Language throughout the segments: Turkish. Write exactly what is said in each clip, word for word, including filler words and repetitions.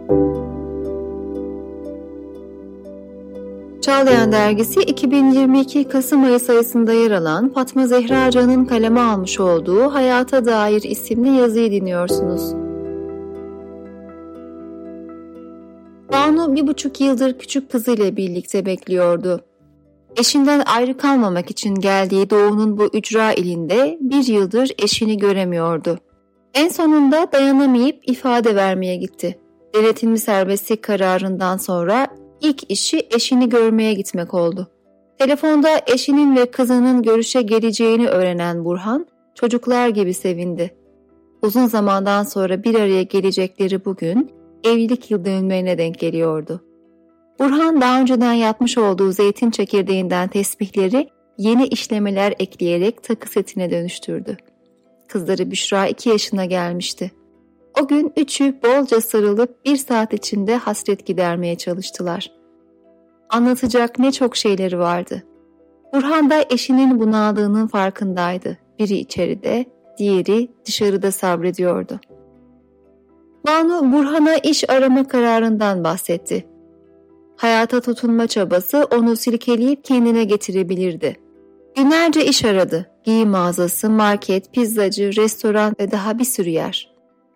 Çağlayan Dergisi iki bin yirmi iki Kasım ayı sayısında yer alan Fatma Zehra Can'ın kaleme almış olduğu Hayata Dair isimli yazıyı dinliyorsunuz. Banu bir buçuk yıldır küçük kızıyla birlikte bekliyordu. Eşinden ayrı kalmamak için geldiği Doğu'nun bu ücra ilinde bir yıldır eşini göremiyordu. En sonunda dayanamayıp ifade vermeye gitti. Denetimli serbestlik kararından sonra ilk işi eşini görmeye gitmek oldu. Telefonda eşinin ve kızının görüşe geleceğini öğrenen Burhan, çocuklar gibi sevindi. Uzun zamandan sonra bir araya gelecekleri bugün, evlilik yıl dönümlerine denk geliyordu. Burhan daha önceden yapmış olduğu zeytin çekirdeğinden tesbihleri yeni işlemeler ekleyerek takı setine dönüştürdü. Kızları Büşra iki yaşına gelmişti. O gün üçü bolca sarılıp bir saat içinde hasret gidermeye çalıştılar. Anlatacak ne çok şeyleri vardı. Burhan da eşinin bunaldığının farkındaydı. Biri içeride, diğeri dışarıda sabrediyordu. Banu Burhan'a iş arama kararından bahsetti. Hayata tutunma çabası onu silkeleyip kendine getirebilirdi. Günlerce iş aradı. Giyim mağazası, market, pizzacı, restoran ve daha bir sürü yer.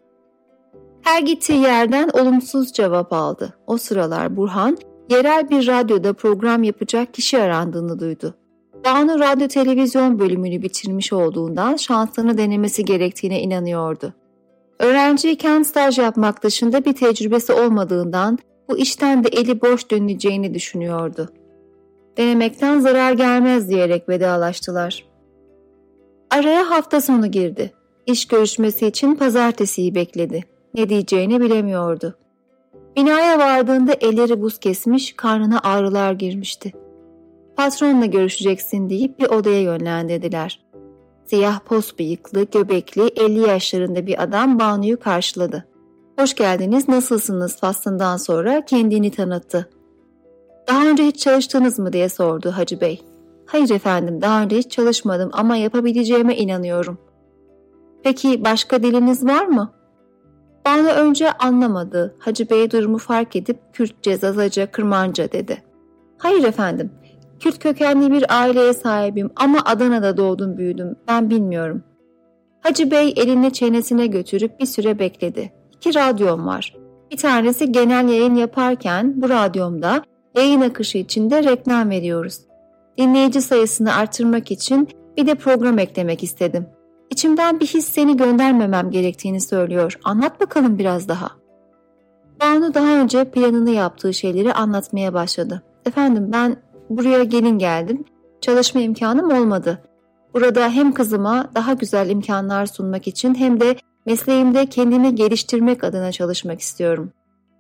Her gittiği yerden olumsuz cevap aldı. O sıralar Burhan, yerel bir radyoda program yapacak kişi arandığını duydu. Banu radyo televizyon bölümünü bitirmiş olduğundan şansını denemesi gerektiğine inanıyordu. Öğrenciyken staj yapmak dışında bir tecrübesi olmadığından bu işten de eli boş döneceğini düşünüyordu. Denemekten zarar gelmez diyerek vedalaştılar. Araya hafta sonu girdi. İş görüşmesi için pazartesiyi bekledi. Ne diyeceğini bilemiyordu. Binaya vardığında elleri buz kesmiş, karnına ağrılar girmişti. Patronla görüşeceksin deyip bir odaya yönlendirdiler. Siyah pos bıyıklı, göbekli, elli yaşlarında bir adam Banu'yu karşıladı. "Hoş geldiniz, nasılsınız?" faslından sonra kendini tanıttı. "Daha önce hiç çalıştınız mı?" diye sordu Hacı Bey. "Hayır efendim, daha önce hiç çalışmadım ama yapabileceğime inanıyorum." "Peki başka diliniz var mı?" Banu önce anlamadı. Hacı Bey durumu fark edip Kürtçe, Zazaca, Kırmanca dedi. "Hayır efendim, Kürt kökenli bir aileye sahibim ama Adana'da doğdum büyüdüm, ben bilmiyorum." Hacı Bey elini çenesine götürüp bir süre bekledi. "İki radyom var. Bir tanesi genel yayın yaparken bu radyomda yayın akışı içinde reklam veriyoruz. Dinleyici sayısını artırmak için bir de program eklemek istedim. İçimden bir his seni göndermemem gerektiğini söylüyor. Anlat bakalım biraz daha." Banu daha önce planını yaptığı şeyleri anlatmaya başladı. "Efendim ben buraya gelin geldim. Çalışma imkanım olmadı. Burada hem kızıma daha güzel imkanlar sunmak için hem de mesleğimde kendimi geliştirmek adına çalışmak istiyorum."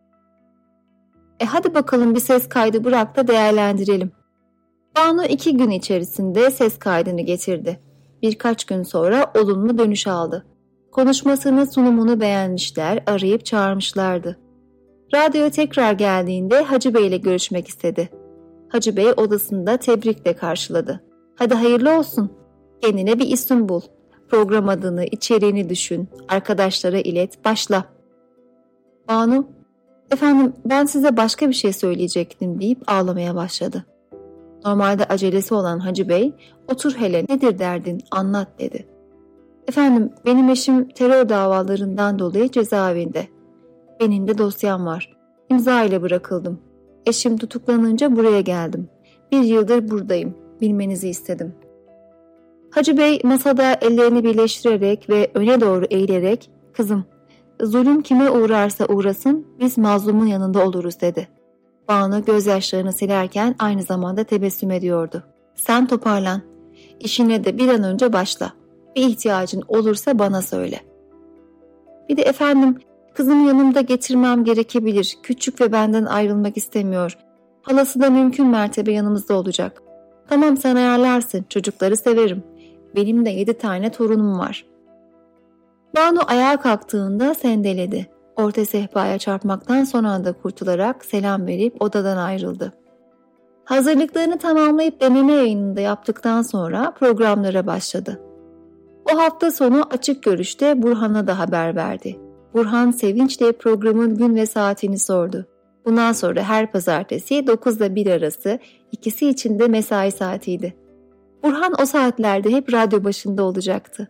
"E hadi bakalım bir ses kaydı bırak da değerlendirelim." Banu iki gün içerisinde ses kaydını getirdi. Birkaç gün sonra olumlu dönüş aldı. Konuşmasını, sunumunu beğenmişler, arayıp çağırmışlardı. Radyoya tekrar geldiğinde Hacı Bey ile görüşmek istedi. Hacı Bey odasında tebrikle karşıladı. "Hadi hayırlı olsun. Kendine bir isim bul. Program adını, içeriğini düşün. Arkadaşlara ilet, başla." Banu, "Efendim ben size başka bir şey söyleyecektim" deyip ağlamaya başladı. Normalde acelesi olan Hacı Bey, "Otur hele, nedir derdin, anlat" dedi. "Efendim benim eşim terör davalarından dolayı cezaevinde. Benim de dosyam var. İmza ile bırakıldım. Eşim tutuklanınca buraya geldim. Bir yıldır buradayım. Bilmenizi istedim." Hacı Bey masada ellerini birleştirerek ve öne doğru eğilerek, "Kızım, zulüm kime uğrarsa uğrasın biz mazlumun yanında oluruz" dedi. Banu gözyaşlarını silerken aynı zamanda tebessüm ediyordu. "Sen toparlan. İşine de bir an önce başla. Bir ihtiyacın olursa bana söyle." "Bir de efendim kızımı yanımda getirmem gerekebilir. Küçük ve benden ayrılmak istemiyor. Halası da mümkün mertebe yanımızda olacak." "Tamam sen ayarlarsın. Çocukları severim. Benim de yedi tane torunum var." Banu ayağa kalktığında sendeledi. Orta sehpaya çarpmaktan son anda kurtularak selam verip odadan ayrıldı. Hazırlıklarını tamamlayıp deneme yayınında yaptıktan sonra programlara başladı. O hafta sonu Açık Görüş'te Burhan'a da haber verdi. Burhan sevinçle programın gün ve saatini sordu. Bundan sonra her pazartesi dokuzla bir arası, ikisi için de mesai saatiydi. Burhan o saatlerde hep radyo başında olacaktı.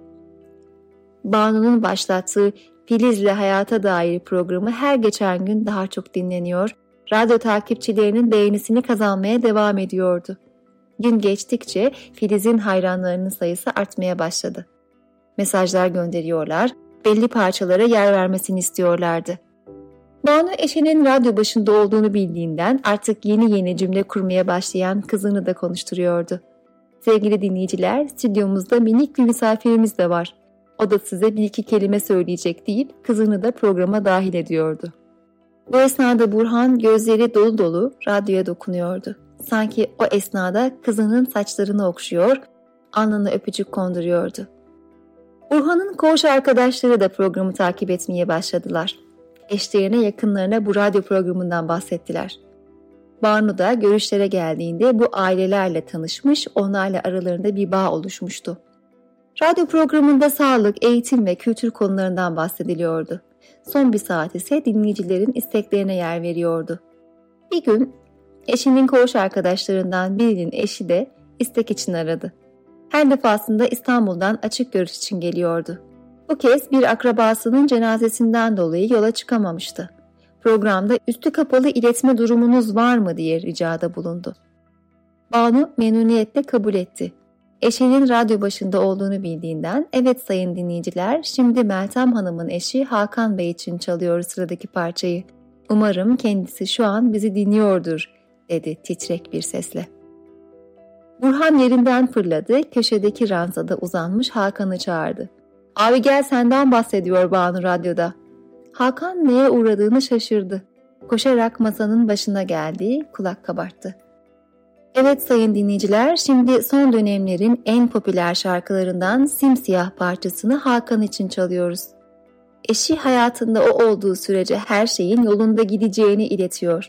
Banu'nun başlattığı Filiz'le Hayata Dair programı her geçen gün daha çok dinleniyor, radyo takipçilerinin beğenisini kazanmaya devam ediyordu. Gün geçtikçe Filiz'in hayranlarının sayısı artmaya başladı. Mesajlar gönderiyorlar, belli parçalara yer vermesini istiyorlardı. Banu eşinin radyo başında olduğunu bildiğinden artık yeni yeni cümle kurmaya başlayan kızını da konuşturuyordu. Sevgili dinleyiciler, stüdyomuzda minik bir misafirimiz de var. O da size bir iki kelime söyleyecek deyip kızını da programa dahil ediyordu. Bu esnada Burhan gözleri dolu dolu radyoya dokunuyordu. Sanki o esnada kızının saçlarını okşuyor, alnına öpücük konduruyordu. Burhan'ın koğuş arkadaşları da programı takip etmeye başladılar. Eşlerine, yakınlarına bu radyo programından bahsettiler. Banu da görüşlere geldiğinde bu ailelerle tanışmış, onlarla aralarında bir bağ oluşmuştu. Radyo programında sağlık, eğitim ve kültür konularından bahsediliyordu. Son bir saat ise dinleyicilerin isteklerine yer veriyordu. Bir gün eşinin koğuş arkadaşlarından birinin eşi de istek için aradı. Her defasında İstanbul'dan açık görüş için geliyordu. Bu kez bir akrabasının cenazesinden dolayı yola çıkamamıştı. Programda üstü kapalı iletme durumunuz var mı diye ricada bulundu. Banu memnuniyetle kabul etti. Eşinin radyo başında olduğunu bildiğinden, evet sayın dinleyiciler, şimdi Meltem Hanım'ın eşi Hakan Bey için çalıyoruz sıradaki parçayı. Umarım kendisi şu an bizi dinliyordur, dedi titrek bir sesle. Burhan yerinden fırladı, köşedeki ranzada uzanmış Hakan'ı çağırdı. Abi gel, senden bahsediyor Banu radyoda. Hakan neye uğradığını şaşırdı. Koşarak masanın başına geldi, kulak kabarttı. Evet sayın dinleyiciler, şimdi son dönemlerin en popüler şarkılarından Simsiyah parçasını Hakan için çalıyoruz. Eşi hayatında o olduğu sürece her şeyin yolunda gideceğini iletiyor.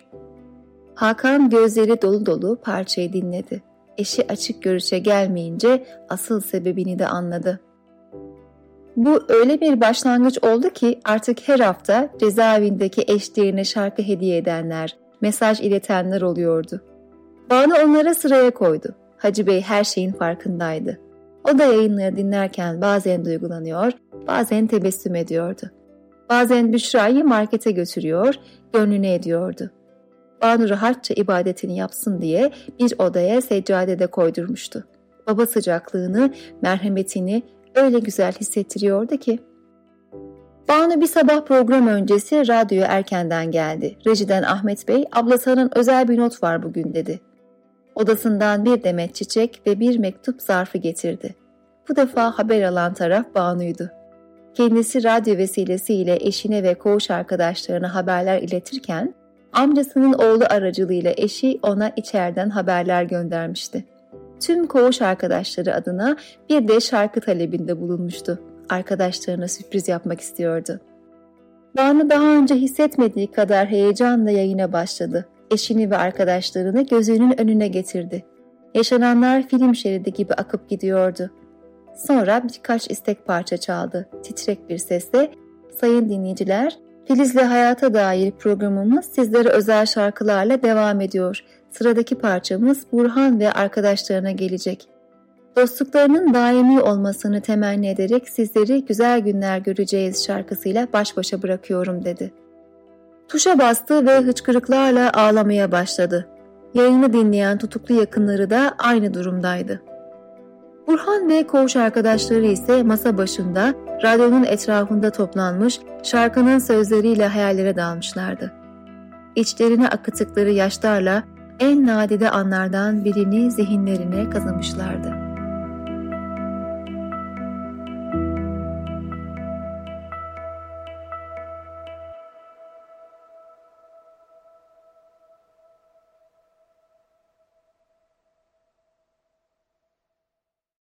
Hakan gözleri dolu dolu parçayı dinledi. Eşi açık görüşe gelmeyince asıl sebebini de anladı. Bu öyle bir başlangıç oldu ki artık her hafta cezaevindeki eşlerine şarkı hediye edenler, mesaj iletenler oluyordu. Banu onlara sıraya koydu. Hacı Bey her şeyin farkındaydı. O da yayınları dinlerken bazen duygulanıyor, bazen tebessüm ediyordu. Bazen Büşra'yı markete götürüyor, gönlüne ediyordu. Banu rahatça ibadetini yapsın diye bir odaya seccadede koydurmuştu. Baba sıcaklığını, merhametini öyle güzel hissettiriyordu ki. Banu bir sabah program öncesi radyoya erkenden geldi. Rejiden Ahmet Bey, ablasının özel bir not var bugün dedi. Odasından bir demet çiçek ve bir mektup zarfı getirdi. Bu defa haber alan taraf Banu'ydu. Kendisi radyo vesilesiyle eşine ve koğuş arkadaşlarına haberler iletirken, amcasının oğlu aracılığıyla eşi ona içeriden haberler göndermişti. Tüm koğuş arkadaşları adına bir de şarkı talebinde bulunmuştu. Arkadaşlarına sürpriz yapmak istiyordu. Banu daha önce hissetmediği kadar heyecanla yayına başladı. Eşini ve arkadaşlarını gözünün önüne getirdi. Yaşananlar film şeridi gibi akıp gidiyordu. Sonra birkaç istek parça çaldı. Titrek bir sesle, sayın dinleyiciler, Filiz'le Hayata Dair programımız sizlere özel şarkılarla devam ediyor. Sıradaki parçamız Burhan ve arkadaşlarına gelecek. Dostluklarının daimi olmasını temenni ederek sizleri güzel günler göreceğiz şarkısıyla baş başa bırakıyorum dedi. Tuşa bastı ve hıçkırıklarla ağlamaya başladı. Yayını dinleyen tutuklu yakınları da aynı durumdaydı. Burhan ve koğuş arkadaşları ise masa başında radyonun etrafında toplanmış, şarkının sözleriyle hayallere dalmışlardı. İçlerine akıttıkları yaşlarla en nadide anlardan birini zihinlerine kazımışlardı.